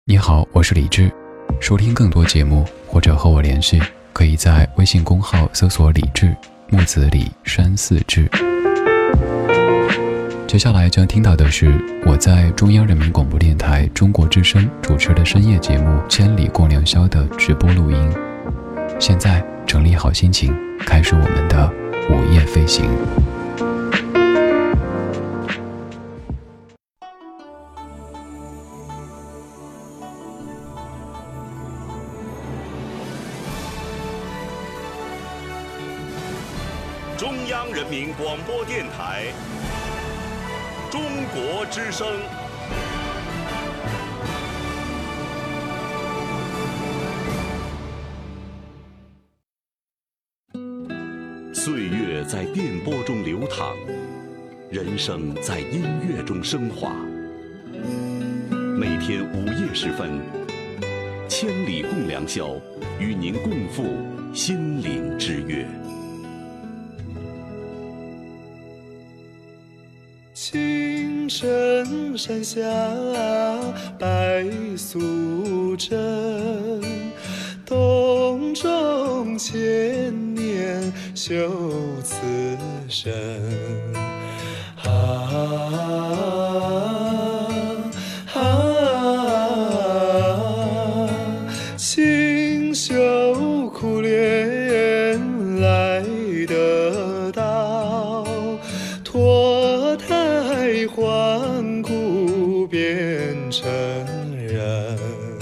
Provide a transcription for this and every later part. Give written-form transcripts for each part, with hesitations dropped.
你好，我是李志。收听更多节目或者和我联系，可以在微信公号搜索李志，木子李，山寺志。接下来将听到的是我在中央人民广播电台中国之声主持的深夜节目《千里共良宵》的直播录音。现在整理好心情，开始我们的午夜飞行。 中央人民广播电台中国之声。岁月在电波中流淌，人生在音乐中升华。每天午夜时分，千里共良宵，与您共赴心灵之约。 青城山下白素贞，洞中千年修此身。清秀苦练来得到，脱胎换骨变成人。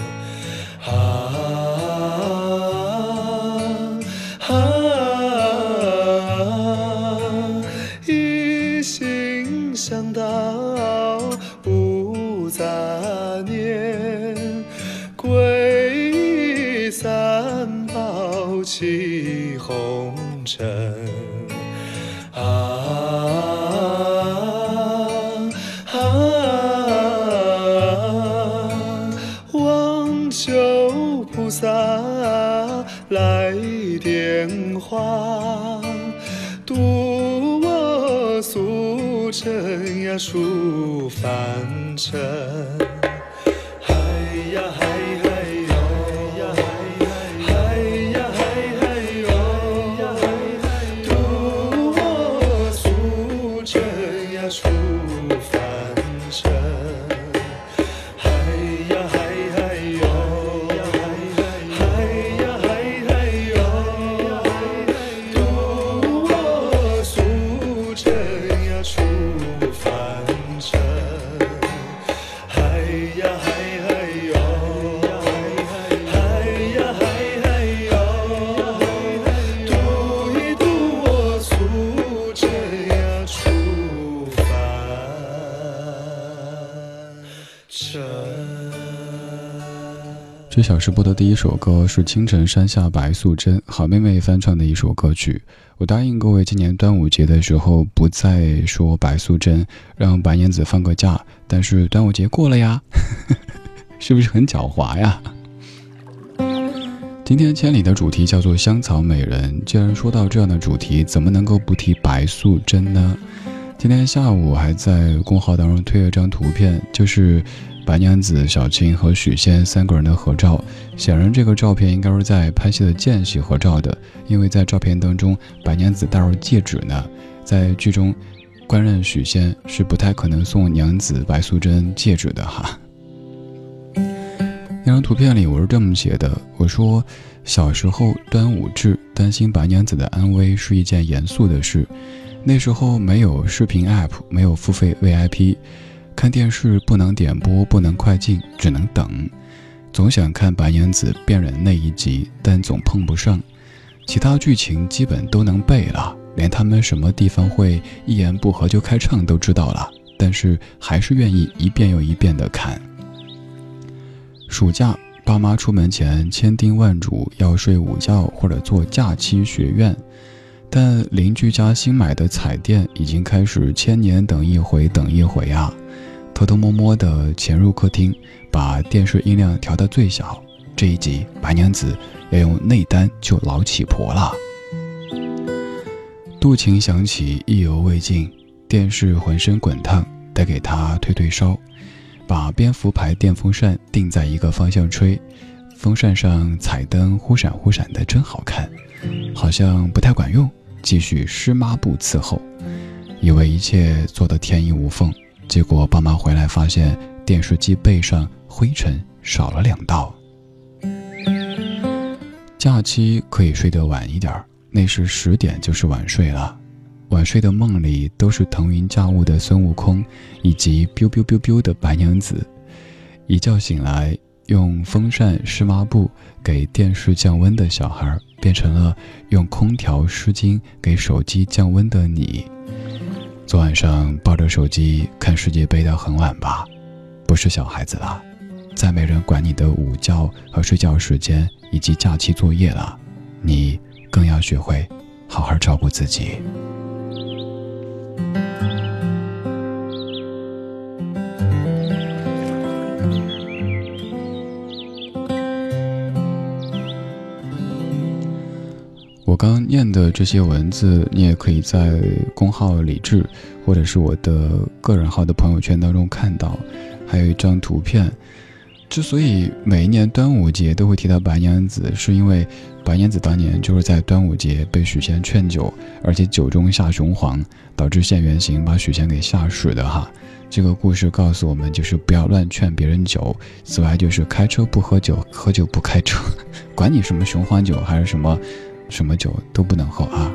一心向道无杂念，皈依三宝弃红尘。望求菩萨来点化，渡我俗尘呀出凡尘。嗨呀嗨嗨哟呀嗨嗨呀嗨嗨哟，渡我俗尘呀出凡尘。嗨呀嗨嗨哟呀嗨呀嗨嗨哟，渡我俗尘呀出凡尘。嗨呀嗨嗨哟嗨呀嗨嗨哟，渡一渡我俗尘呀出凡尘。 这小时播的第一首歌是青城山下白素贞好妹妹翻唱的一首歌曲。我答应各位今年端午节的时候不再说白素贞，让白娘子放个假，但是端午节过了呀是不是很狡猾呀？今天千里的主题叫做香草美人，既然说到这样的主题，怎么能够不提白素贞呢？今天下午还在公号当中推了张图片，就是白娘子、小青和许仙三个人的合照。显然这个照片应该是在拍戏的间隙合照的，因为在照片当中白娘子戴着戒指呢。在剧中官人许仙是不太可能送娘子白素贞戒指的哈。那张图片里我是这么写的，我说小时候端午至，担心白娘子的安危是一件严肃的事。那时候没有视频 app， 没有付费 VIP， 看电视不能点播，不能快进，只能等。总想看白娘子变人那一集，但总碰不上。其他剧情基本都能背了，连他们什么地方会一言不合就开唱都知道了，但是还是愿意一遍又一遍地看。暑假爸妈出门前千叮万嘱要睡午觉或者做假期学院，但邻居家新买的彩电已经开始千年等一回等一回啊。偷偷摸摸地潜入客厅，把电视音量调到最小。这一集白娘子要用内丹救老乞婆了。肚情想起意犹未尽，电视浑身滚烫，得给她退退烧。 把蝙蝠牌电风扇定在一个方向吹，风扇上彩灯忽闪忽闪的，真好看。好像不太管用，继续湿抹布伺候，以为一切做得天衣无缝，结果爸妈回来发现电视机背上灰尘少了2道。假期可以睡得晚一点，那时10点就是晚睡了。晚睡的梦里都是腾云驾雾的孙悟空，以及 biu biu biu biu 的白娘子。一觉醒来，用风扇湿抹布给电视降温的小孩，变成了用空调湿巾给手机降温的你。昨晚上抱着手机看世界杯到很晚吧，不是小孩子了，再没人管你的午觉和睡觉时间以及假期作业了，你更要学会好好照顾自己。我刚念的这些文字，你也可以在公号李志或者是我的个人号的朋友圈当中看到，还有一张图片。之所以每一年端午节都会提到白娘子，是因为白娘子当年就是在端午节被许仙劝酒，而且酒中下雄黄，导致现原形把许仙给吓死的哈。这个故事告诉我们，就是不要乱劝别人酒，此外就是开车不喝酒，喝酒不开车，管你什么雄黄酒还是什么酒都不能喝啊。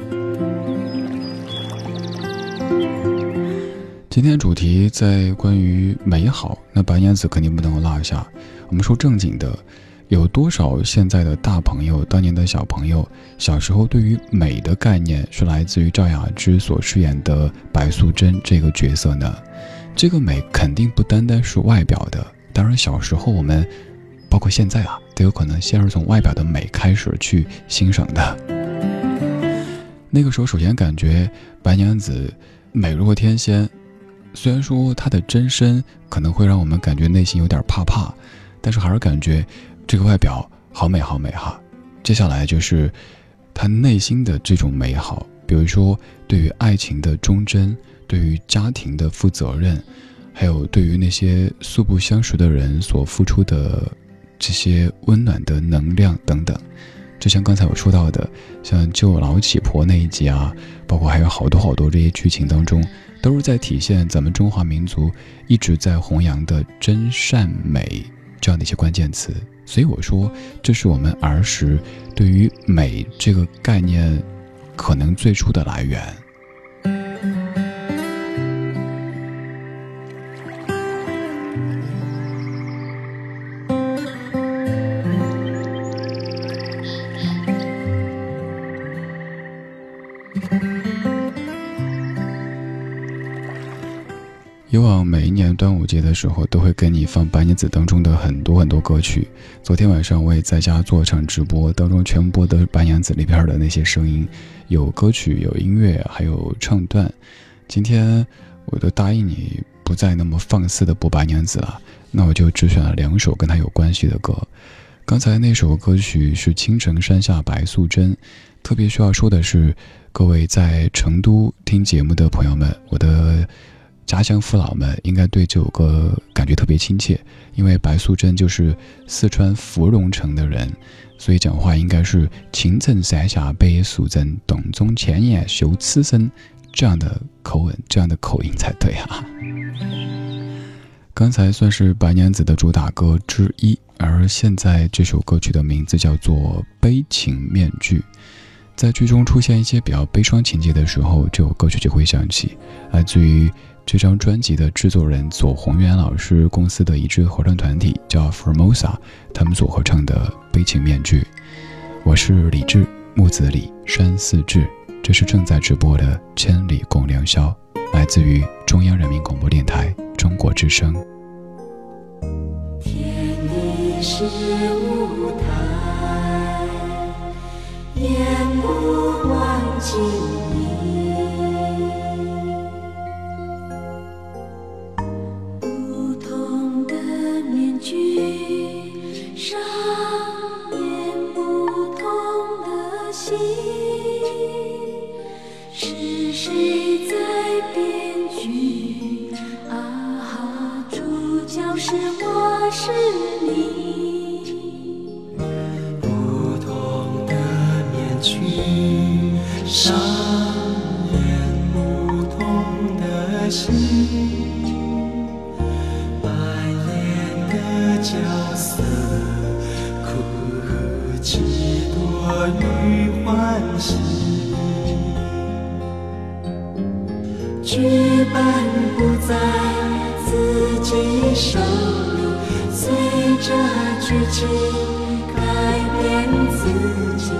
今天主题在关于美好，那白娘子肯定不能够落下。我们说正经的，有多少现在的大朋友，当年的小朋友，小时候对于美的概念是来自于赵雅芝所饰演的白素贞这个角色呢？这个美肯定不单单是外表的，当然小时候我们包括现在啊，都有可能先是从外表的美开始去欣赏的。那个时候首先感觉白娘子美若天仙，虽然说她的真身可能会让我们感觉内心有点怕怕，但是还是感觉这个外表好美好美哈。接下来就是她内心的这种美好，比如说对于爱情的忠贞，对于家庭的负责任，还有对于那些素不相识的人所付出的这些温暖的能量等等。就像刚才我说到的，像救老乞婆那一集啊，包括还有好多这些剧情当中，都是在体现咱们中华民族一直在弘扬的真善美这样的一些关键词。所以我说，这是我们儿时对于美这个概念可能最初的来源。以往每一年端午节的时候，都会给你放白娘子当中的很多歌曲。昨天晚上我也在家做场直播，当中全播的白娘子里边的那些声音，有歌曲，有音乐，还有唱段。今天我都答应你不再那么放肆的播白娘子了，那我就只选了2首跟她有关系的歌。刚才那首歌曲是青城山下白素贞。特别需要说的是，各位在成都听节目的朋友们，我的家乡父老们应该对这首歌感觉特别亲切，因为白素贞就是四川芙蓉城的人，所以讲话应该是青城山下白素贞，洞中千年修此身，这样的口吻，这样的口音才对啊。刚才算是白娘子的主打歌之一，而现在这首歌曲的名字叫做《悲情面具》。在剧中出现一些比较悲伤情节的时候，这首歌曲就会响起，来自于这张专辑的制作人左宏元老师公司的一支合唱团体叫 Formosa， 他们所合唱的《悲情面具》。我是李志，木子李，山寺志，这是正在直播的千里共良宵，来自于中央人民广播电台中国之声。 天地是舞台，演不完经历，不同的面具上演不同的戏，是谁在编剧啊？主角是角色，哭泣多于欢喜。 剧本不在自己手里，随着剧情改变自己。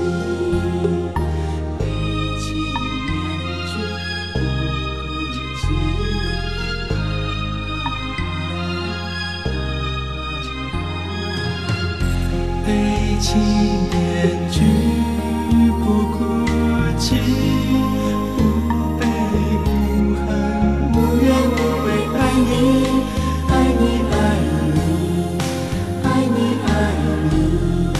背起面具不哭泣，不悲不恨， 无怨无悔，爱你，爱你，爱你，爱你，爱你。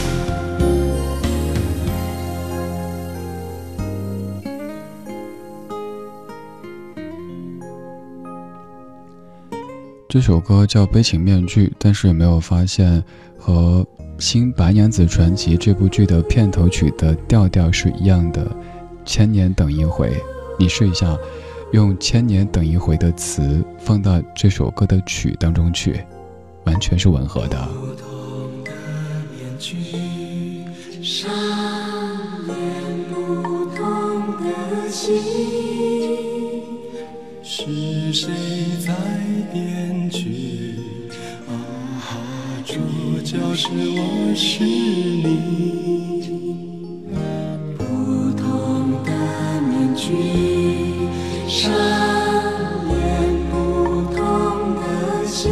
这首歌叫《悲情面具》，但是有没有发现和新《白娘子传奇》这部剧的片头曲的调调是一样的？千年等一回，你试一下，用千年等一回的词放到这首歌的曲当中去，完全是吻合的。 不同的面具， 上演不同的戏， 是谁在编剧？主角是我，是你。 不同的面具，上演不同的戏，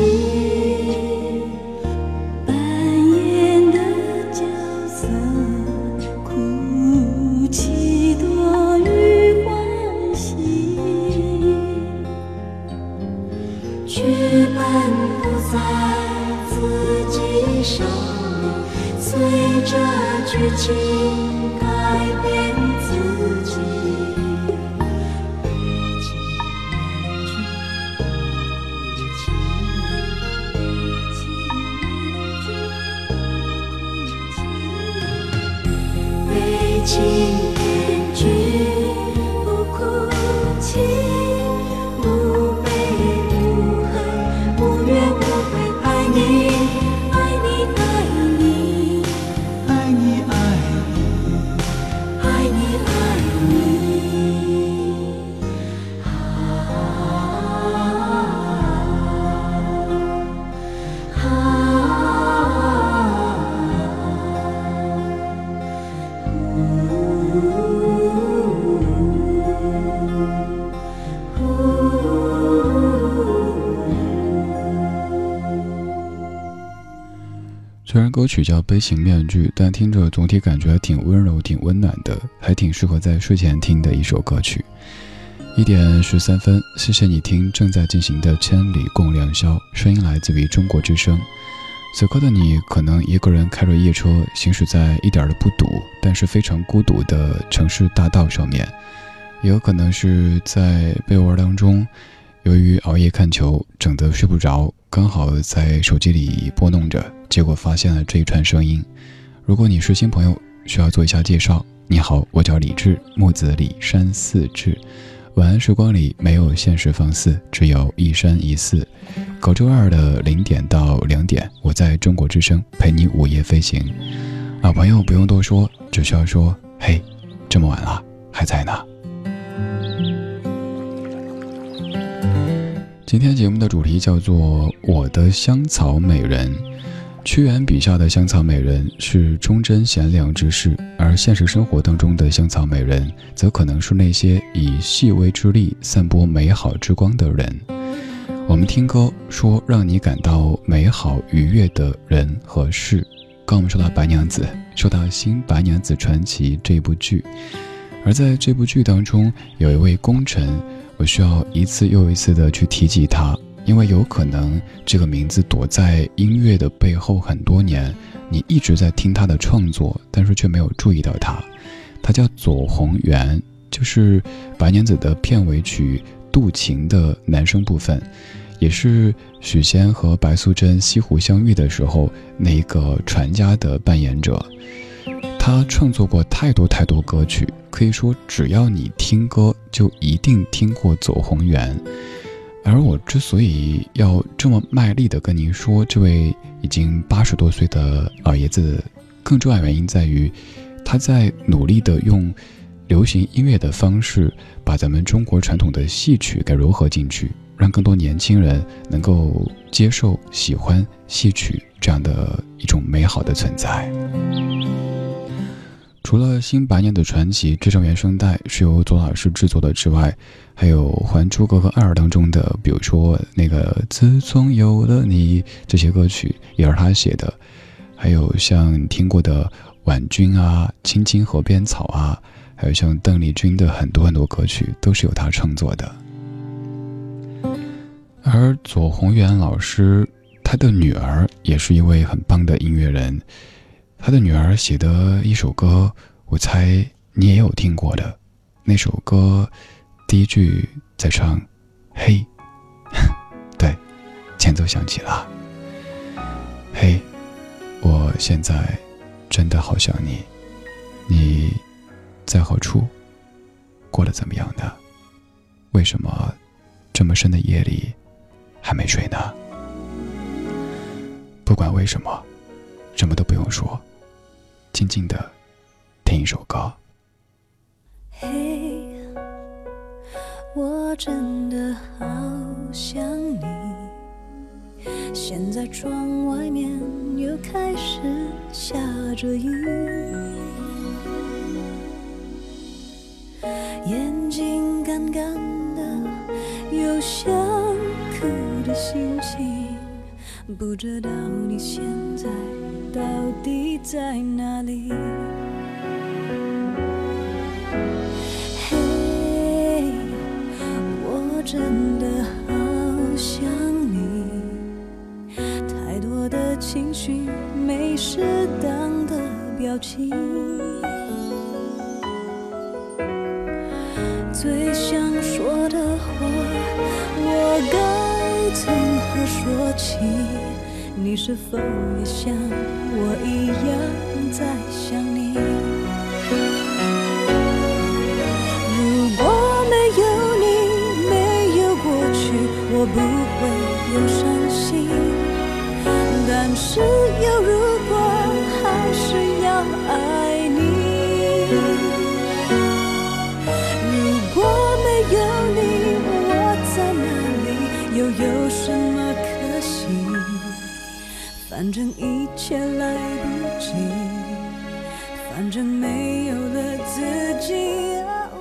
扮演的角色，哭泣多于欢喜。剧本不在自己手里，随着剧情改变自己。背起面具不哭泣，不悲不恨，无怨无悔，爱你，爱你，爱你， 爱你，爱你， 爱你，爱你。 虽然歌曲叫《悲情面具》，但听着总体感觉还挺温柔、挺温暖的，还挺适合在睡前听的一首歌曲。1点13分，谢谢你听正在进行的《千里共良宵》，声音来自于中国之声。此刻的你可能一个人开着夜车行驶在一点都不堵但是非常孤独的城市大道上面，也有可能是在被窝当中，由于熬夜看球整得睡不着，刚好在手机里拨弄着，结果发现了这一串声音。如果你是新朋友，需要做一下介绍。你好，我叫李志，木子李，山寺志。晚安时光里没有现实放肆，只有一山一寺。隔周二的0点到2点，我在中国之声陪你午夜飞行。老朋友不用多说，只需要说嘿，这么晚了还在呢。今天节目的主题叫做我的香草美人。屈原笔下的香草美人是忠贞贤良之士，而现实生活当中的香草美人则可能是那些以细微之力散播美好之光的人。我们听歌说让你感到美好愉悦的人和事。刚我们说到白娘子，说到新《白娘子传奇》这部剧，而在这部剧当中有一位功臣，我需要一次又一次的去提及他，因为有可能这个名字躲在音乐的背后很多年，你一直在听他的创作，但是却没有注意到他。他叫左宏元，就是白娘子的片尾曲渡情的男声部分，也是许仙和白素贞西湖相遇的时候那一个传家的扮演者。他创作过太多太多歌曲，可以说只要你听歌就一定听过左宏元。 而我之所以要这么卖力地跟您说这位已经80多岁的老爷子，更重要原因在于他在努力地用流行音乐的方式把咱们中国传统的戏曲给糅合进去，让更多年轻人能够接受喜欢戏曲这样的一种美好的存在。除了《新白娘子传奇》这张原声带是由左老师制作的之外，还有《还珠格格2》当中的，比如说那个自从有了你，这些歌曲也是他写的，还有像你听过的婉君啊、青青河边草啊，还有像邓丽君的很多很多歌曲都是由他创作的。而左宏元老师他的女儿也是一位很棒的音乐人，他的女儿写的一首歌，我猜你也有听过的。那首歌第一句在唱嘿，对，前奏响起了，嘿，我现在真的好想你，你在何处，过得怎么样呢？为什么这么深的夜里还没睡呢？不管为什么，什么都不用说，静静的听一首歌。 嘿，我真的好想你，现在窗外面又开始下着雨，眼睛干干的，有想哭的心情，不知道你现在到底在哪里？嘿，我真的好想你，太多的情绪，没适当的表情，最想说的话，我该从何说起？你是否也像我一样在想你？如果没有你，没有过去，我不会有伤心。但是有如果，还是要爱你。如果没有你，我在哪里，又有什么可惜？反正一切来不及，反正没有了自己。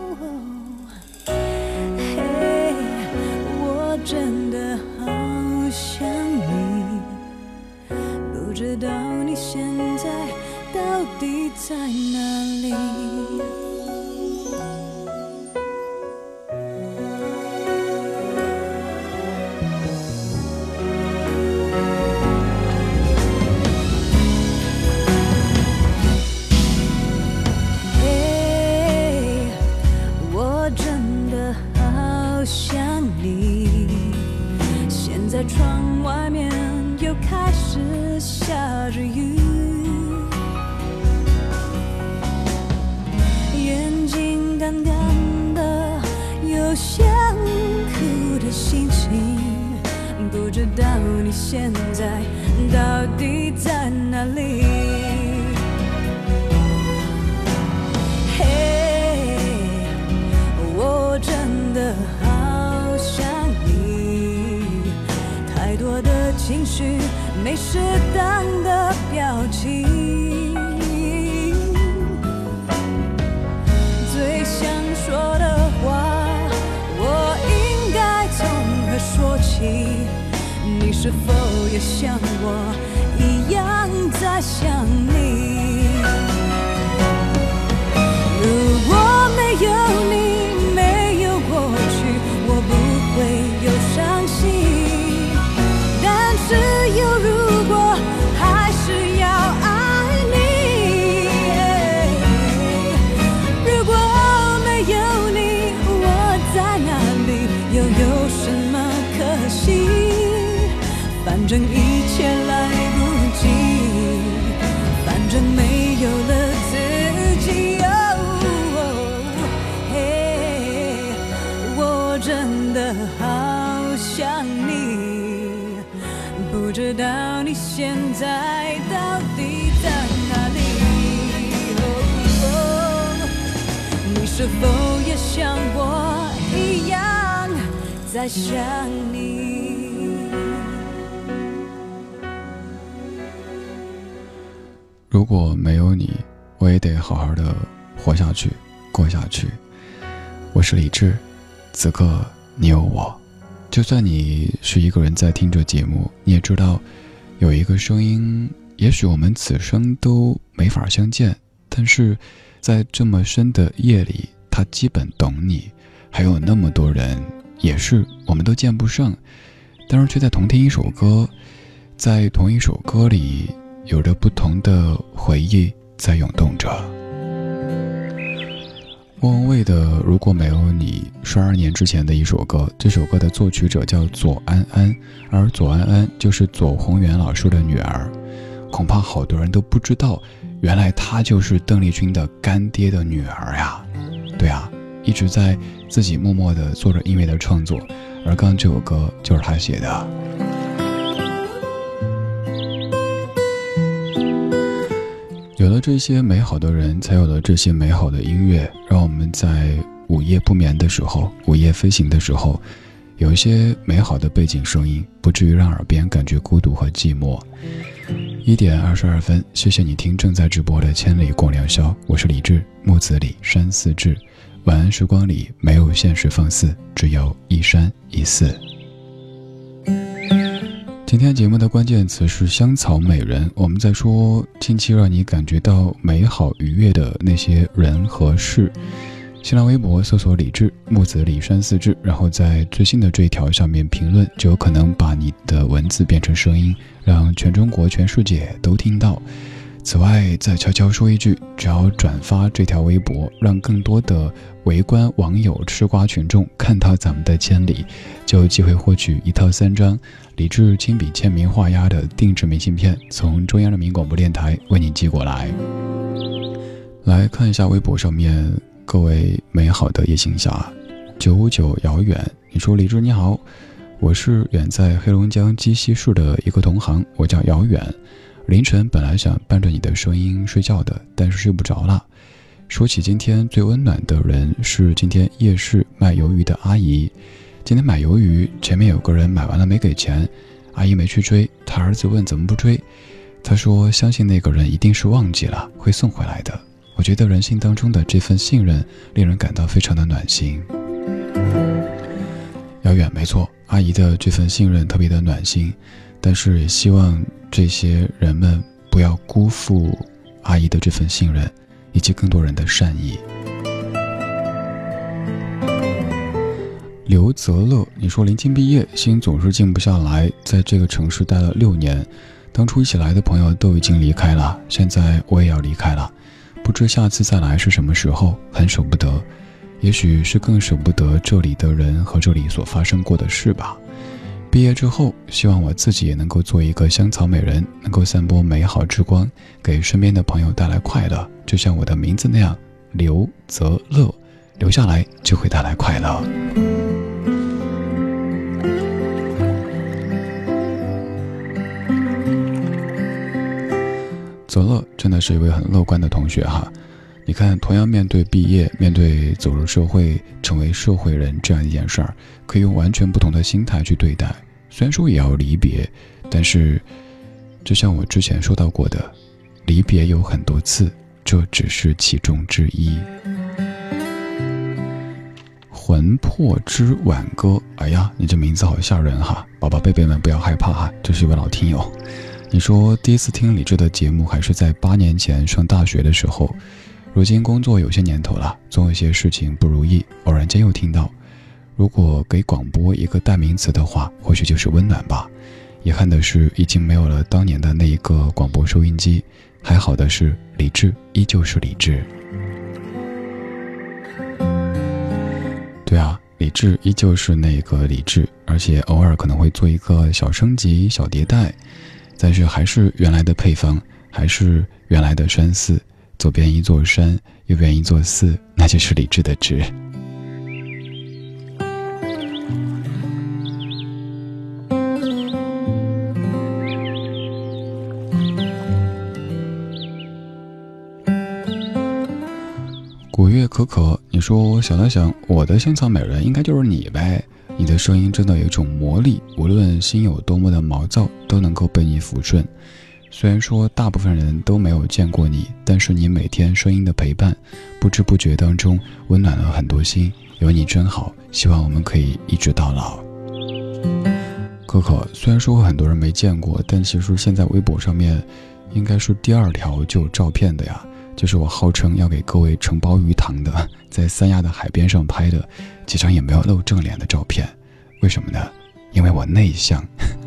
嘿，我真的好想你，不知道你现在到底在哪里？窗外面又开始下着雨，眼睛干干的，有想哭的心情，不知道你现在到底在哪里？嘿，我真的好想你，太多的情绪，没适当的表情，最想说的话，我应该从何说起？你是否也像我一样在想你？如果没有你，没有过去，我不会有伤心。但是有如果，还是要爱你。如果没有你，我在哪里，又有什么可惜？反正一切来不及，反正没有了自己。嘿，我真的好想知道你现在到底在哪里？你是否也像我一样在想你？ 如果没有你，我也得好好的活下去，过下去。我是李志，此刻你有我。就算你是一个人在听着节目，你也知道有一个声音，也许我们此生都没法相见，但是在这么深的夜里，他基本懂你。还有那么多人也是我们都见不上，但是却在同听一首歌，在同一首歌里有着不同的回忆在涌动着。莫文蔚的《如果没有你》12年之前的一首歌，这首歌的作曲者叫左安安，而左安安就是左宏元老师的女儿。恐怕好多人都不知道，原来她就是邓丽君的干爹的女儿呀。对啊，一直在自己默默地做着音乐的创作，而刚刚这首歌就是她写的。有了这些美好的人，才有了这些美好的音乐，让我们在午夜不眠的时候，午夜飞行的时候，有一些美好的背景声音，不至于让耳边感觉孤独和寂寞。1点22分，谢谢你听正在直播的千里共良宵，我是李志，木子李，山寺志。晚安时光里没有现实放肆，只有一山一寺。今天节目的关键词是香草美人，我们在说近期让你感觉到美好愉悦的那些人和事。新浪微博搜索李志，木子李，山寺志，然后在最新的这一条上面评论，就有可能把你的文字变成声音，让全中国全世界都听到。此外再悄悄说一句，只要转发这条微博，让更多的围观网友吃瓜群众看到咱们的千里，就有机会获取1套3张李志亲笔签名画押的定制明信片，从中央人民广播电台为你寄过来。来看一下微博上面各位美好的夜行侠。99遥远，你说李志你好，我是远在黑龙江鸡西市的一个同行，我叫遥远。凌晨本来想伴着你的声音睡觉的，但是睡不着了。说起今天最温暖的人，是今天夜市卖鱿鱼的阿姨。今天买鱿鱼，前面有个人买完了没给钱，阿姨没去追，她儿子问怎么不追，她说相信那个人一定是忘记了，会送回来的。我觉得人性当中的这份信任令人感到非常的暖心。遥远，没错，阿姨的这份信任特别的暖心，但是也希望这些人们不要辜负阿姨的这份信任以及更多人的善意。刘泽乐，你说临近毕业，心总是静不下来，在这个城市待了6年，当初一起来的朋友都已经离开了，现在我也要离开了，不知下次再来是什么时候，很舍不得，也许是更舍不得这里的人和这里所发生过的事吧。毕业之后，希望我自己也能够做一个香草美人，能够散播美好之光，给身边的朋友带来快乐，就像我的名字那样，刘泽乐，留下来就会带来快乐。泽乐真的是一位很乐观的同学哈，你看，同样面对毕业，面对走入社会，成为社会人这样一件事儿，可以用完全不同的心态去对待。虽然说也要离别，但是就像我之前说到过的，离别有很多次，这只是其中之一。魂魄之挽歌，哎呀，你这名字好吓人哈，宝宝贝贝们不要害怕哈，这是一位老听友。你说第一次听李志的节目还是在8年前上大学的时候，如今工作有些年头了，总有些事情不如意，偶然间又听到。如果给广播一个代名词的话，或许就是温暖吧。遗憾的是，已经没有了当年的那一个广播收音机。还好的是，李志依旧是李志。对啊，李志依旧是那个李志，而且偶尔可能会做一个小升级、小迭代，但是还是原来的配方，还是原来的山寺。左边一座山，右边一座寺，那就是李志的志。 古月可可，你说想了想，我的香草美人应该就是你呗。你的声音真的有一种魔力，无论心有多么的毛躁，都能够被你抚顺。虽然说大部分人都没有见过你，但是你每天声音的陪伴，不知不觉当中温暖了很多心。有你真好，希望我们可以一直到老。可可，虽然说很多人没见过，但其实现在微博上面应该是第2条就有照片的呀，就是我号称要给各位承包鱼塘的，在三亚的海边上拍的几张也没有露正脸的照片。为什么呢？因为我内向。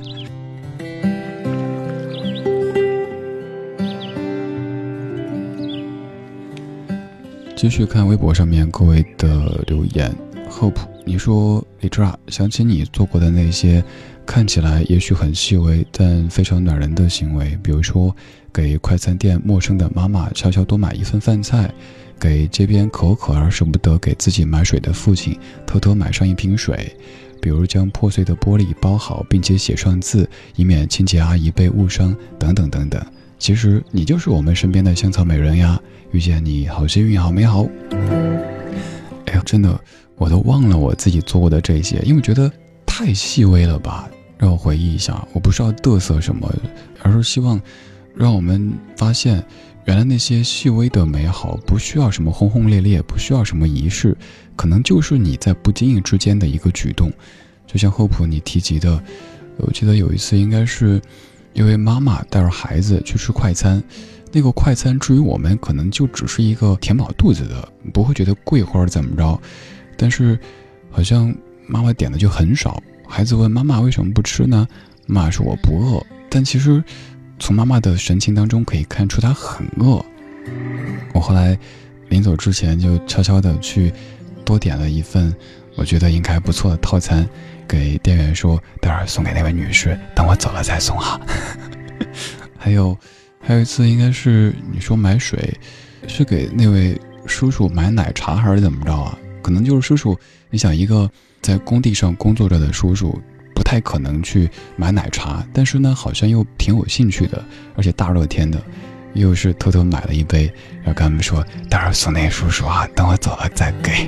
继续看微博上面各位的留言。Hope， 你说李志啊，想起你做过的那些看起来也许很细微但非常暖人的行为，比如说给快餐店陌生的妈妈悄悄多买一份饭菜，给街边可口可而舍不得给自己买水的父亲偷偷买上一瓶水，比如将破碎的玻璃包好并且写上字，以免清洁阿姨被误伤，等等等等。其实你就是我们身边的香草美人呀，遇见你好幸运好美好。哎呀，真的我都忘了我自己做过的这些，因为觉得太细微了吧。让我回忆一下，我不是要嘚瑟什么，而是希望让我们发现原来那些细微的美好不需要什么轰轰烈烈，不需要什么仪式，可能就是你在不经意之间的一个举动。就像Hope你提及的，我记得有一次应该是一位妈妈带着孩子去吃快餐，那个快餐至于我们可能就只是一个填饱肚子的，不会觉得贵或者怎么着，但是好像妈妈点的就很少。孩子问妈妈为什么不吃呢？妈妈说我不饿，但其实从妈妈的神情当中可以看出她很饿。我后来临走之前就悄悄的去多点了一份我觉得应该不错的套餐，给店员说待会儿送给那位女士，等我走了再送哈。还有一次应该是你说买水，是给那位叔叔买奶茶还是怎么着啊？可能就是叔叔，你想一个在工地上工作着的叔叔不太可能去买奶茶，但是呢好像又挺有兴趣的，而且大热天的，又是偷偷买了一杯，然后跟他们说待会儿送那叔叔啊，等我走了再给。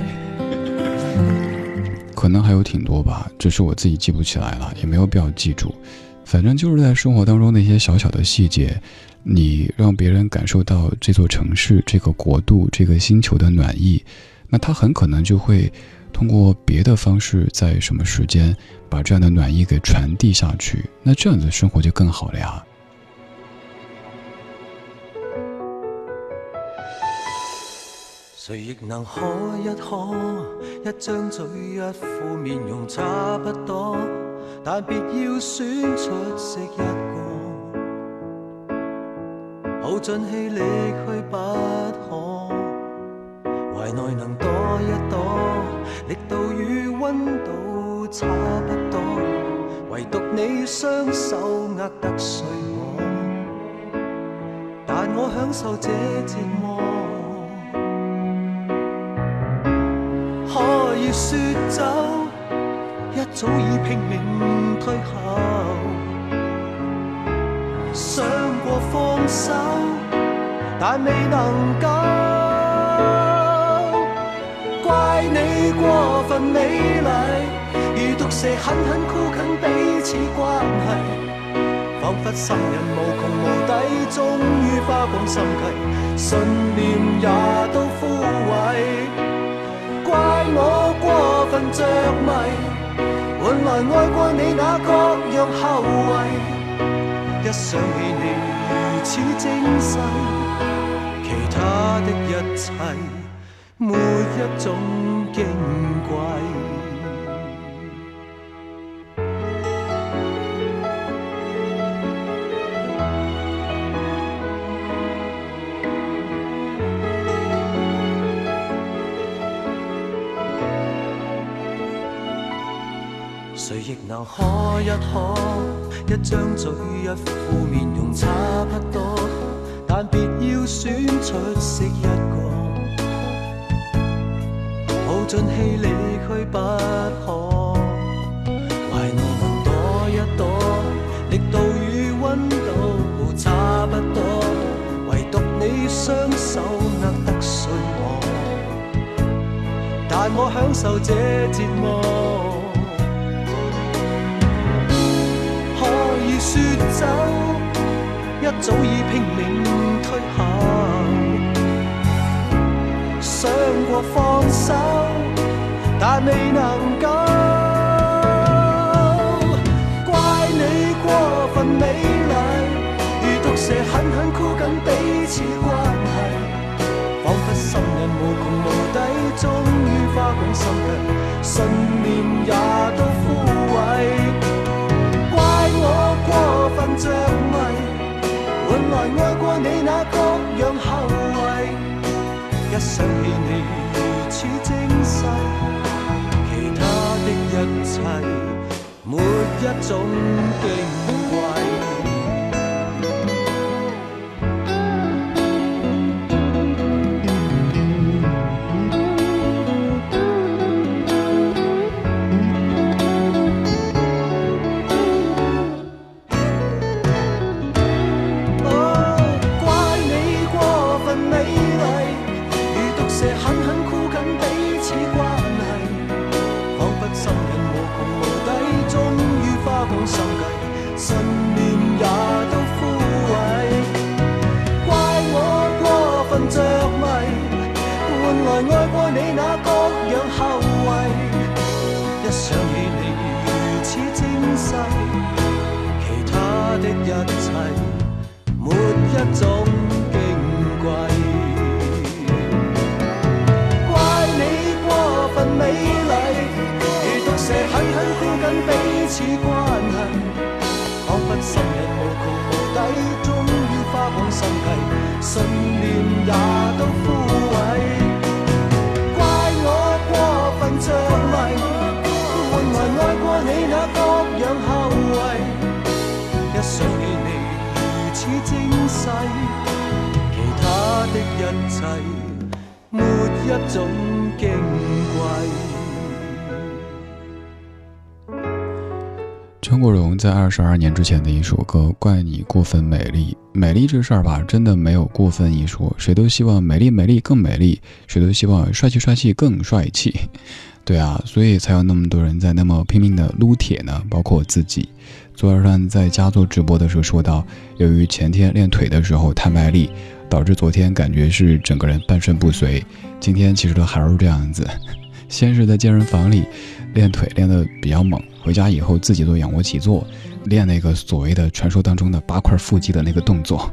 可能还有挺多吧，只是我自己记不起来了，也没有必要记住。反正就是在生活当中那些小小的细节，你让别人感受到这座城市、这个国度、这个星球的暖意，那他很可能就会通过别的方式在什么时间把这样的暖意给传递下去，那这样子生活就更好了呀。 誰亦能可一可，一張嘴一副面容差不多，但別要選出色一個，耗盡氣力去不可，懷內能多一朵，力度與溫度差不多，唯獨你雙手握得碎我，但我享受這折磨。可以說走，一早已拼命退後，想過放手，但未能夠。怪你過分美麗，如毒蛇狠狠箍緊彼此關係，彷彿心癮無窮無底，終於花光心計，信念也都枯萎。怪我過分着迷，換來愛過你那各樣後遺。一想起你如此精細，其他的一切沒一種矜貴。誰亦能可一可，一張嘴一副面容差不多，但別要選出色一個，耗盡氣力去不可，懷內能多一朵，力度與溫度差不多，唯獨你雙手握得碎我， 我享受這折磨。可以說走，一早已拼命推後。想過放手，但未能夠。怪你過分美麗，如毒蛇狠狠箍緊彼此關係，彷彿心癮無窮無底，終於花光心計，信念也都枯萎。怪我過分着迷，換來愛過你那各樣後遺。一想起你如此精細，其他的一切沒一種矜貴。 张国荣在22年之前的一首歌《怪你过分美丽》，美丽这事儿吧，真的没有过分一说，谁都希望美丽美丽更美丽，谁都希望帅气帅气更帅气。对啊，所以才有那么多人在那么拼命的撸铁呢，包括我自己。昨晚上在家做直播的时候说到，由于前天练腿的时候太卖力，导致昨天感觉是整个人半身不遂，今天其实都还是这样子。先是在健身房里练腿练得比较猛，回家以后自己做仰卧起坐，练那个所谓的传说当中的8块腹肌的那个动作。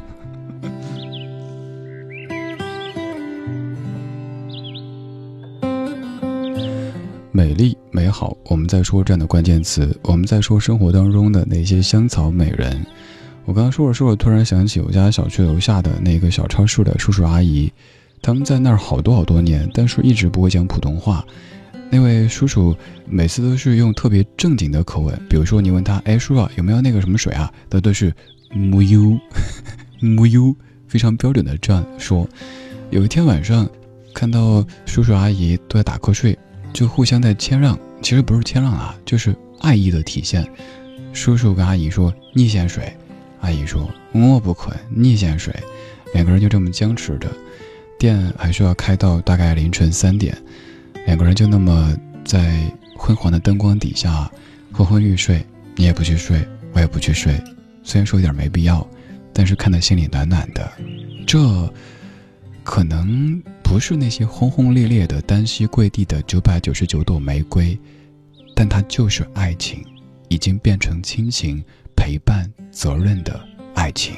美丽美好，我们在说这样的关键词，我们在说生活当中的那些香草美人。我刚刚说着说着，突然想起我家小区楼下的那个小超市的叔叔阿姨，他们在那儿好多年，但是一直不会讲普通话。那位叔叔每次都是用特别正经的口吻，比如说你问他，哎，叔叔有没有那个什么水啊？他都是木有木有，非常标准的这样说。有一天晚上看到叔叔阿姨都在打瞌睡，就互相在谦让，其实不是谦让啊，就是爱意的体现。叔叔跟阿姨说你先睡，阿姨说我不困，你先睡，两个人就这么僵持着。店还需要开到大概凌晨3点，两个人就那么在昏黄的灯光底下昏昏欲睡，你也不去睡，我也不去睡，虽然说有点没必要，但是看得心里暖暖的。这可能不是那些轰轰烈烈的单膝跪地的999朵玫瑰，但它就是爱情，已经变成亲情、陪伴、责任的爱情。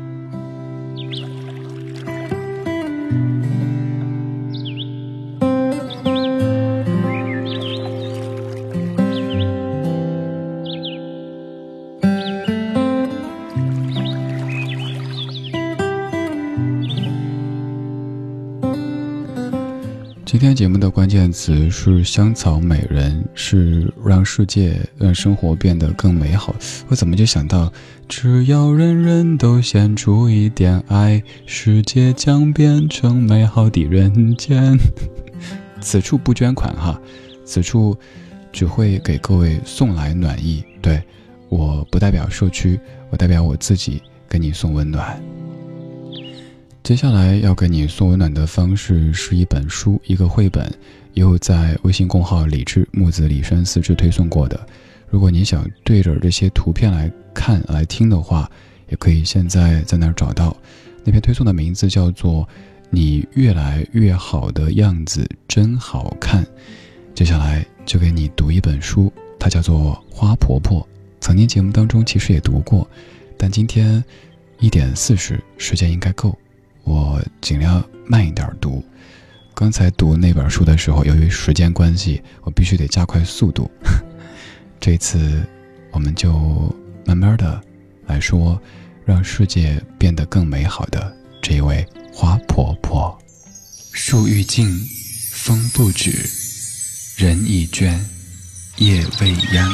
今天节目的关键词是香草美人，是让世界让生活变得更美好。我怎么就想到只要人人都献出一点爱，世界将变成美好的人间。此处不捐款哈，此处只会给各位送来暖意。对，我不代表社区，我代表我自己给你送温暖。 接下来要给你送温暖的方式是一本书，一个绘本，又在微信公号李志木子李山四志推送过的。如果你想对着这些图片来看来听的话，也可以现在在那儿找到。那篇推送的名字叫做你越来越好的样子真好看。接下来就给你读一本书，它叫做花婆婆，曾经节目当中其实也读过，但今天1点40时间应该够，我尽量慢一点读。刚才读那本书的时候，由于时间关系，我必须得加快速度。这次我们就慢慢的来说让世界变得更美好的这一位花婆婆。树欲静风不止，人已倦夜未央。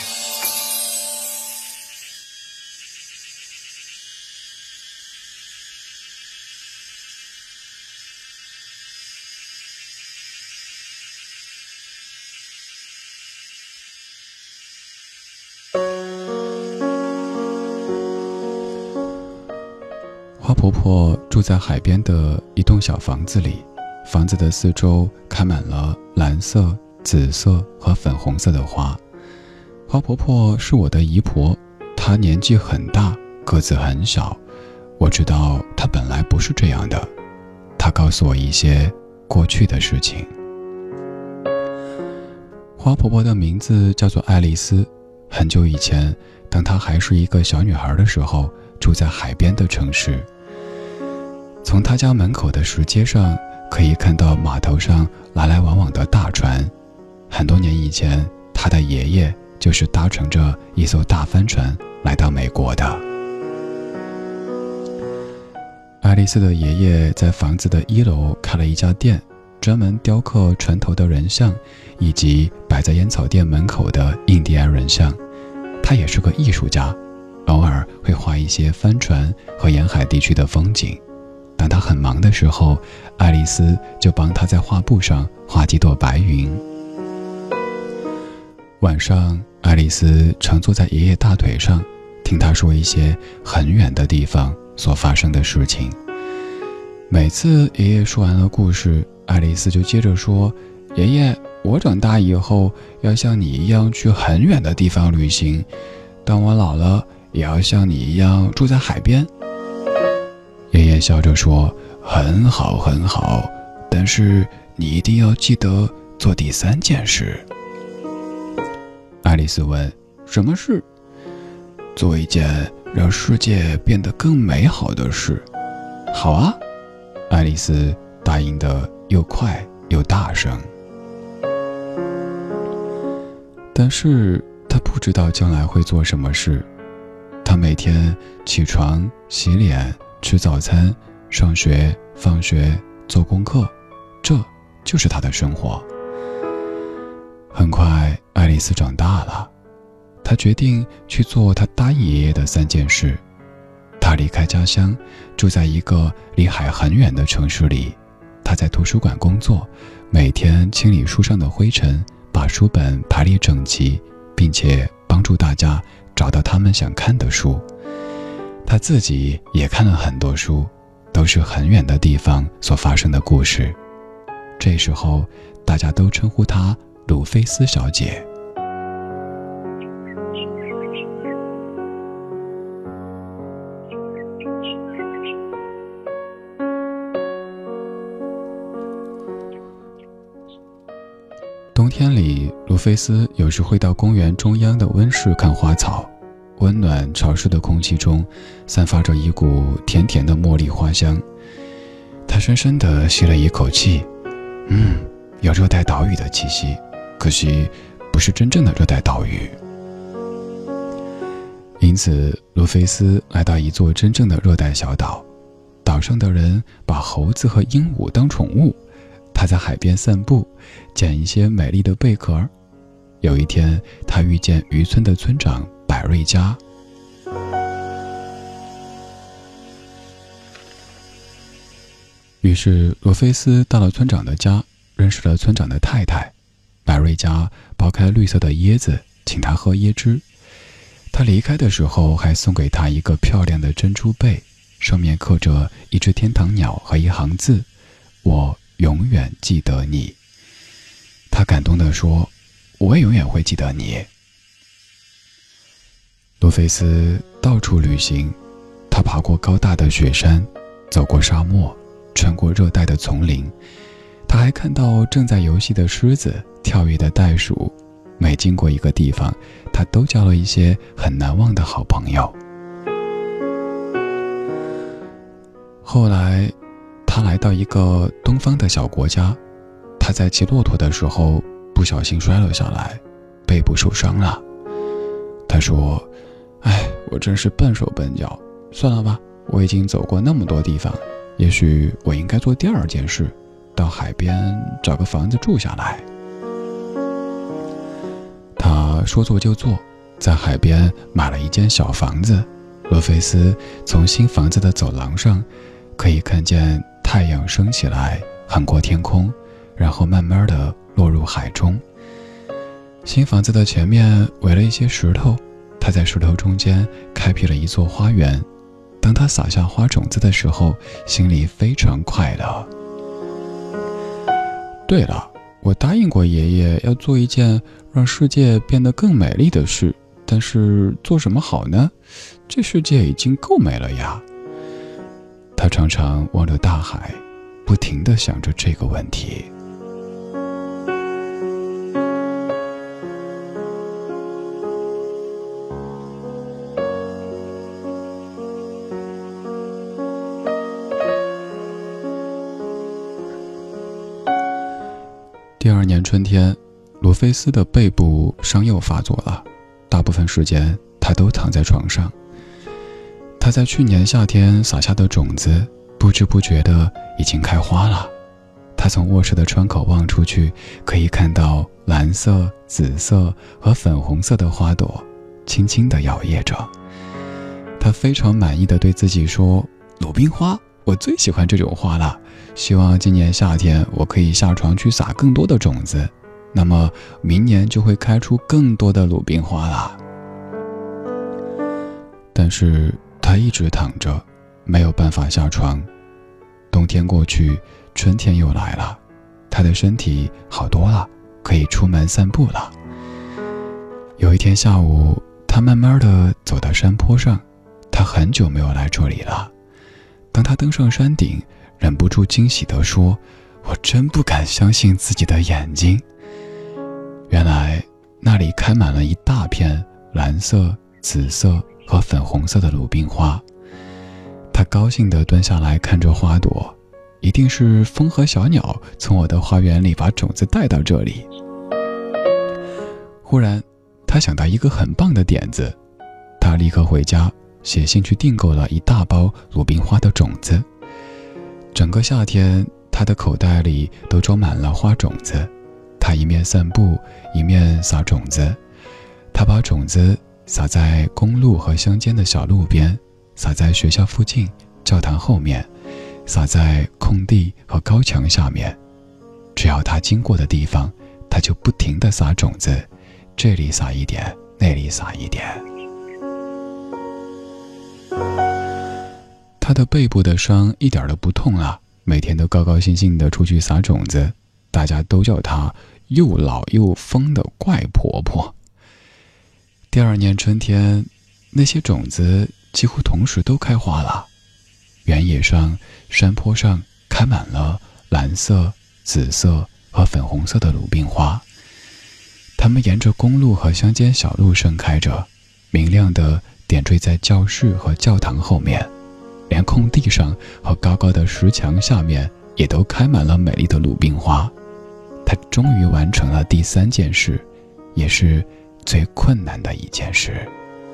花婆婆住在海边的一栋小房子里，房子的四周开满了蓝色、紫色和粉红色的花。花婆婆是我的姨婆，她年纪很大，个子很小。我知道她本来不是这样的，她告诉我一些过去的事情。花婆婆的名字叫做爱丽丝，很久以前，当她还是一个小女孩的时候，住在海边的城市。从她家门口的石阶上可以看到码头上来来往往的大船。很多年以前，她的爷爷就是搭乘着一艘大帆船来到美国的。爱丽丝的爷爷在房子的1楼开了一家店，专门雕刻船头的人像以及摆在烟草店门口的印第安人像。他也是个艺术家，偶尔会画一些帆船和沿海地区的风景。当他很忙的时候，爱丽丝就帮他在画布上画几朵白云。晚上，爱丽丝常坐在爷爷大腿上，听他说一些很远的地方所发生的事情。每次爷爷说完了故事，爱丽丝就接着说：爷爷，我长大以后要像你一样去很远的地方旅行，当我老了也要像你一样住在海边。爷爷笑着说：很好很好，但是你一定要记得做第3件事。爱丽丝问：什么事？做一件让世界变得更美好的事。好啊，爱丽丝答应得又快又大声。但是她不知道将来会做什么事。她每天起床、洗脸、吃早餐、上学、放学、做功课，这就是她的生活。很快，爱丽丝长大了，她决定去做她答应爷爷的3件事。她离开家乡，住在一个离海很远的城市里。她在图书馆工作，每天清理书上的灰尘，把书本排列整齐，并且帮助大家找到他们想看的书。她自己也看了很多书，都是很远的地方所发生的故事。这时候，大家都称呼她鲁菲斯小姐。冬天里，鲁菲斯有时会到公园中央的温室看花草。温暖潮湿的空气中散发着一股甜甜的茉莉花香。他深深地吸了一口气，有热带岛屿的气息，可惜不是真正的热带岛屿。因此，卢菲斯来到一座真正的热带小岛，岛上的人把猴子和鹦鹉当宠物。他在海边散步，捡一些美丽的贝壳。有一天，他遇见渔村的村长百瑞佳。于是罗菲斯到了村长的家，认识了村长的太太。百瑞佳剥开绿色的椰子，请他喝椰汁。他离开的时候还送给他一个漂亮的珍珠贝， 上面刻着一只天堂鸟和一行字：我永远记得你。他感动地说：我也永远会记得你。罗菲斯到处旅行，他爬过高大的雪山，走过沙漠，穿过热带的丛林。他还看到正在游戏的狮子，跳跃的袋鼠。每经过一个地方，他都交了一些很难忘的好朋友。后来他来到一个东方的小国家，他在骑骆驼的时候不小心摔了下来，背部受伤了。他说：我真是笨手笨脚，算了吧，我已经走过那么多地方，也许我应该做第二件事，到海边找个房子住下来。他说做就做，在海边买了一间小房子。罗菲斯从新房子的走廊上可以看见太阳升起来，横过天空，然后慢慢地落入海中。新房子的前面围了一些石头，他在石头中间开辟了一座花园。当他撒下花种子的时候，心里非常快乐。对了，我答应过爷爷要做一件让世界变得更美丽的事，但是做什么好呢？这世界已经够美了呀。他常常望着大海，不停地想着这个问题。第二年春天，罗菲斯的背部伤又发作了，大部分时间他都躺在床上。他在去年夏天撒下的种子，不知不觉的已经开花了。他从卧室的窗口望出去，可以看到蓝色、紫色和粉红色的花朵轻轻地摇曳着。他非常满意地对自己说：鲁冰花，我最喜欢这种花了，希望今年夏天我可以下床去撒更多的种子，那么明年就会开出更多的鲁冰花了。但是他一直躺着，没有办法下床。冬天过去，春天又来了，他的身体好多了，可以出门散步了。有一天下午，他慢慢地走到山坡上，他很久没有来这里了。当他登上山顶，忍不住惊喜地说：我真不敢相信自己的眼睛。原来那里开满了一大片蓝色、紫色和粉红色的鲁冰花。他高兴地蹲下来看着花朵，一定是风和小鸟从我的花园里把种子带到这里。忽然他想到一个很棒的点子，他立刻回家写信去订购了一大包鲁冰花的种子。整个夏天，他的口袋里都装满了花种子。他一面散步，一面撒种子。他把种子撒在公路和乡间的小路边，撒在学校附近、教堂后面，撒在空地和高墙下面。只要他经过的地方，他就不停地撒种子，这里撒一点，那里撒一点。他的背部的伤一点都不痛啊，每天都高高兴兴地出去撒种子，大家都叫他又老又疯的怪婆婆。第二年春天，那些种子几乎同时都开花了。原野上、山坡上开满了蓝色、紫色和粉红色的鲁冰花，它们沿着公路和乡间小路盛开着，明亮地点缀在教室和教堂后面，连空地上和高高的石墙下面也都开满了美丽的鲁冰花。他终于完成了第三件事，也是最困难的一件事。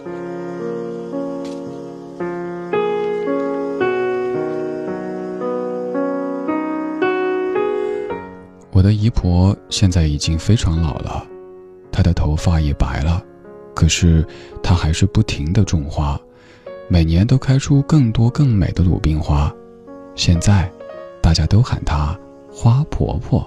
我的姨婆现在已经非常老了，她的头发也白了，可是她还是不停地种花，每年都开出更多更美的鲁冰花。现在大家都喊她花婆婆。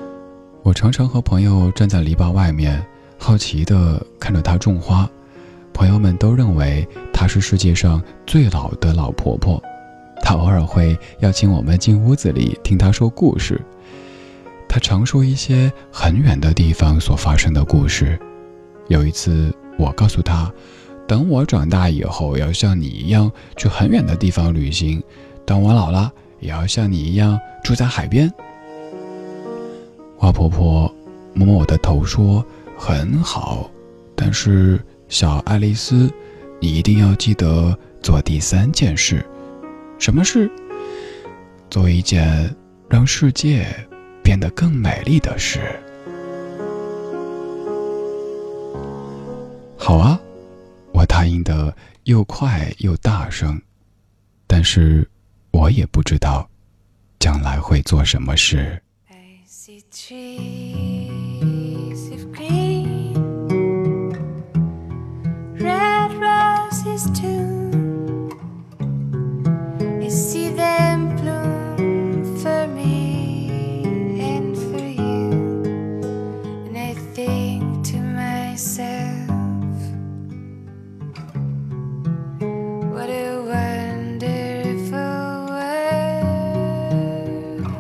我常常和朋友站在篱笆外面，好奇地看着她种花， 朋友们都认为她是世界上最老的老婆婆。她偶尔会邀请我们进屋子里听她说故事。她常说一些很远的地方所发生的故事。有一次我告诉她，等我长大以后要像你一样去很远的地方旅行，等我老了也要像你一样住在海边。花婆婆摸摸我的头说，很好，但是小爱丽丝，你一定要记得做第3件事。什么事？做一件让世界变得更美丽的事。好啊，我答应得又快又大声，但是我也不知道将来会做什么事。 I see trees of green, red roses too. I see them bloom for me and for you, and I think to myself, what a wonderful world.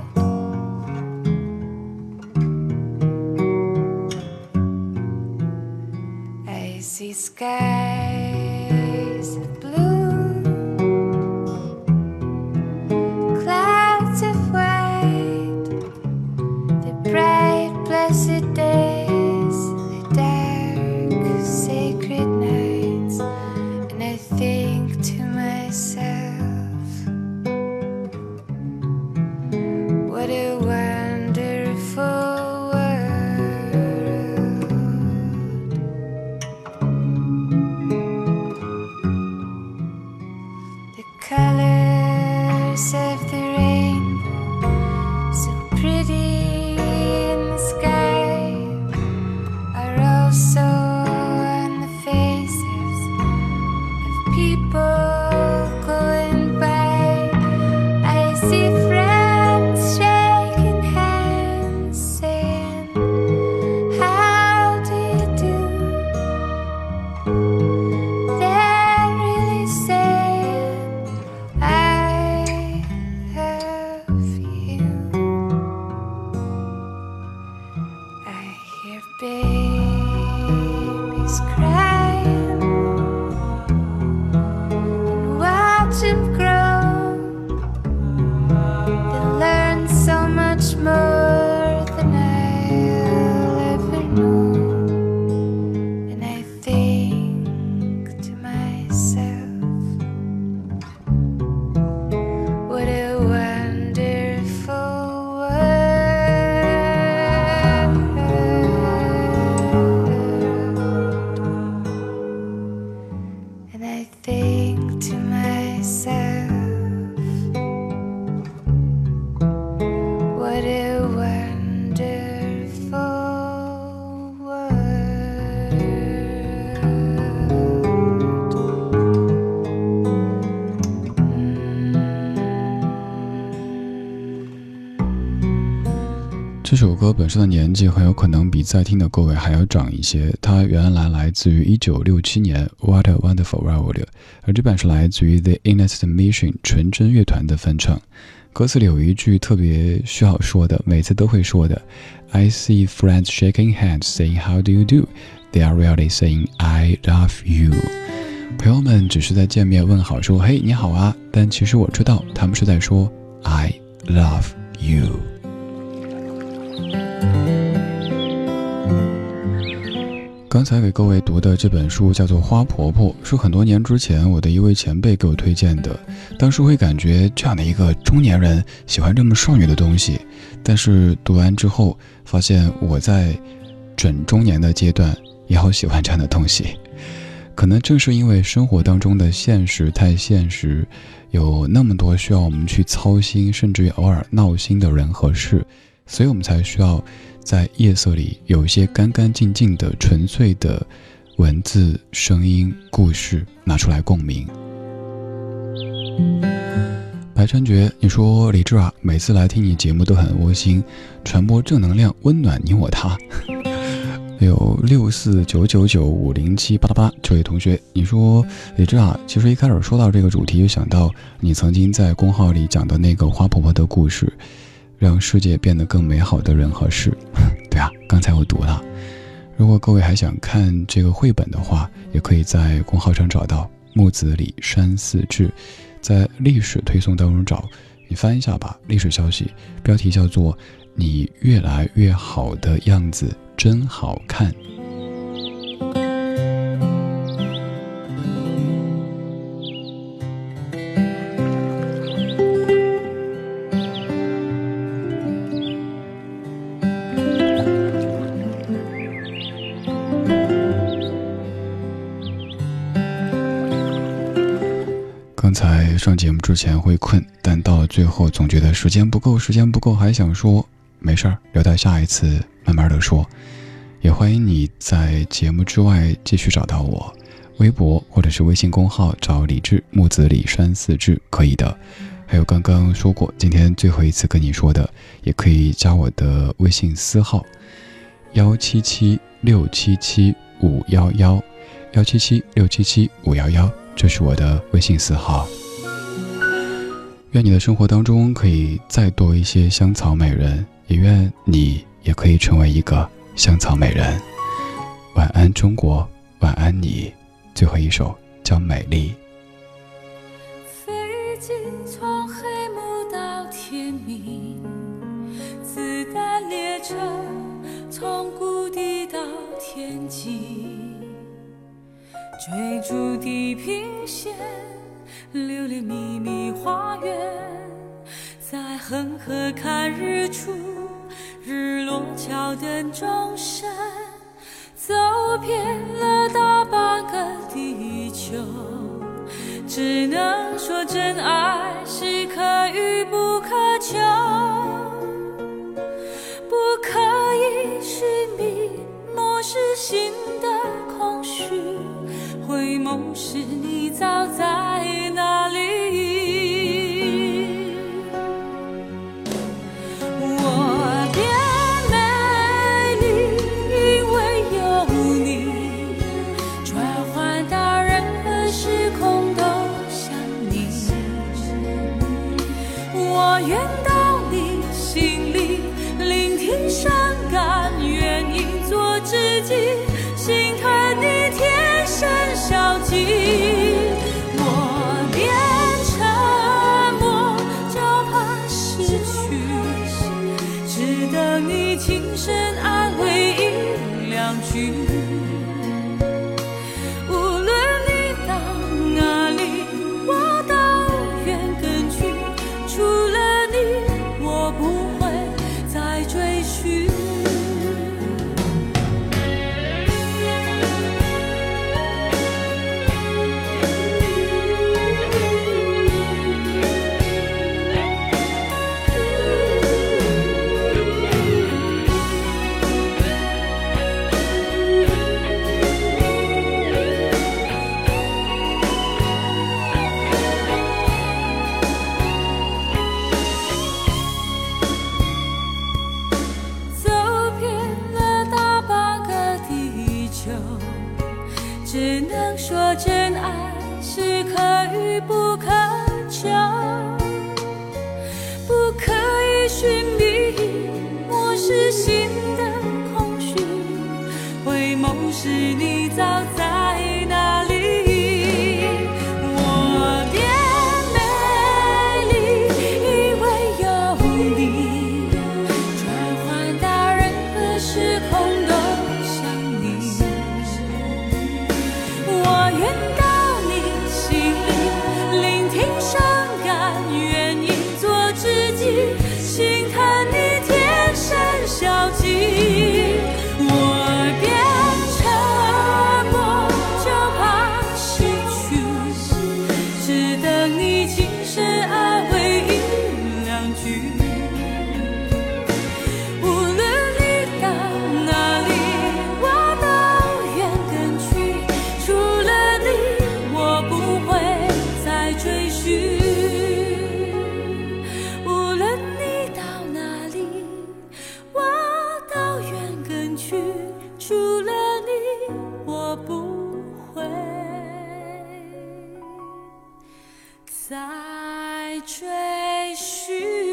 I see skies of blue, clouds of white, the bright blessed days, the dark sacred nights, and I think to myself, what a wonderful world. The colors of the rainbow, so pretty in the sky, are also on the faces of people going by. I see friends shaking hands, saying, how do you do? They're really saying, I love you. I hear babies crying and watch them grow. They learn so much more than I'll ever know, and I think to myself, what a wonderful world. And I think to myself, what a wonderful world. 这首歌本身的年纪很有可能比在听的各位还要长一些，它原来来自于1967年 What a Wonderful World， 而这版是来自于 The Innocent Mission 纯真乐团的翻唱。歌词里有一句特别需要说的，每次都会说的， I see friends shaking hands saying how do you do, They are really saying I love you。 朋友们只是在见面问好说嘿你好啊，但其实我知道他们是在说 I love you。刚才给各位读的这本书叫做《花婆婆》，是很多年之前我的一位前辈给我推荐的。当时会感觉这样的一个中年人喜欢这么少女的东西，但是读完之后发现我在准中年的阶段也好喜欢这样的东西。可能正是因为生活当中的现实太现实，有那么多需要我们去操心，甚至于偶尔闹心的人和事，所以我们才需要在夜色里有一些干干净净的纯粹的文字声音故事拿出来共鸣。白川觉，你说李志啊，每次来听你节目都很窝心，传播正能量，温暖你我他。 有64999507888这位同学，你说李志啊，其实一开始说到这个主题，就想到你曾经在公号里讲的那个花婆婆的故事，让世界变得更美好的人和事。对啊，刚才我读了。如果各位还想看这个绘本的话，也可以在公号上找到木子李山寺志，在历史推送当中找，你翻一下吧，历史消息，标题叫做你越来越好的样子真好看。刚才上节目之前会困，但到了最后总觉得时间不够，还想说没事儿，留到下一次慢慢的说。也欢迎你在节目之外继续找到我，微博或者是微信公号找李志，木子李山寺志可以的。还有刚刚说过，今天最后一次跟你说的，也可以加我的微信私号177677511，177677511，这是我的微信私号。愿你的生活当中可以再多一些香草美人，也愿你也可以成为一个香草美人。晚安中国，晚安你。最后一首叫美丽。 飞机从黑幕到天明，子弹列车从谷底到天际，追逐地平线，流连秘密花园，在恒河看日出，日落桥灯钟声，走遍了大半个地球，只能说真爱是可遇不可求，不可以寻觅，漠视心的空虚，回眸时你早在哪里。我变美丽，因为有你，转换到任何时空都像你。我愿到你心里，聆听伤感，愿意做知己，心疼你天生消极。我变沉默，就怕失去，只等你轻声安慰一两句。无论你到哪里，我都愿跟去，除了你，我不会再追寻。 在追寻。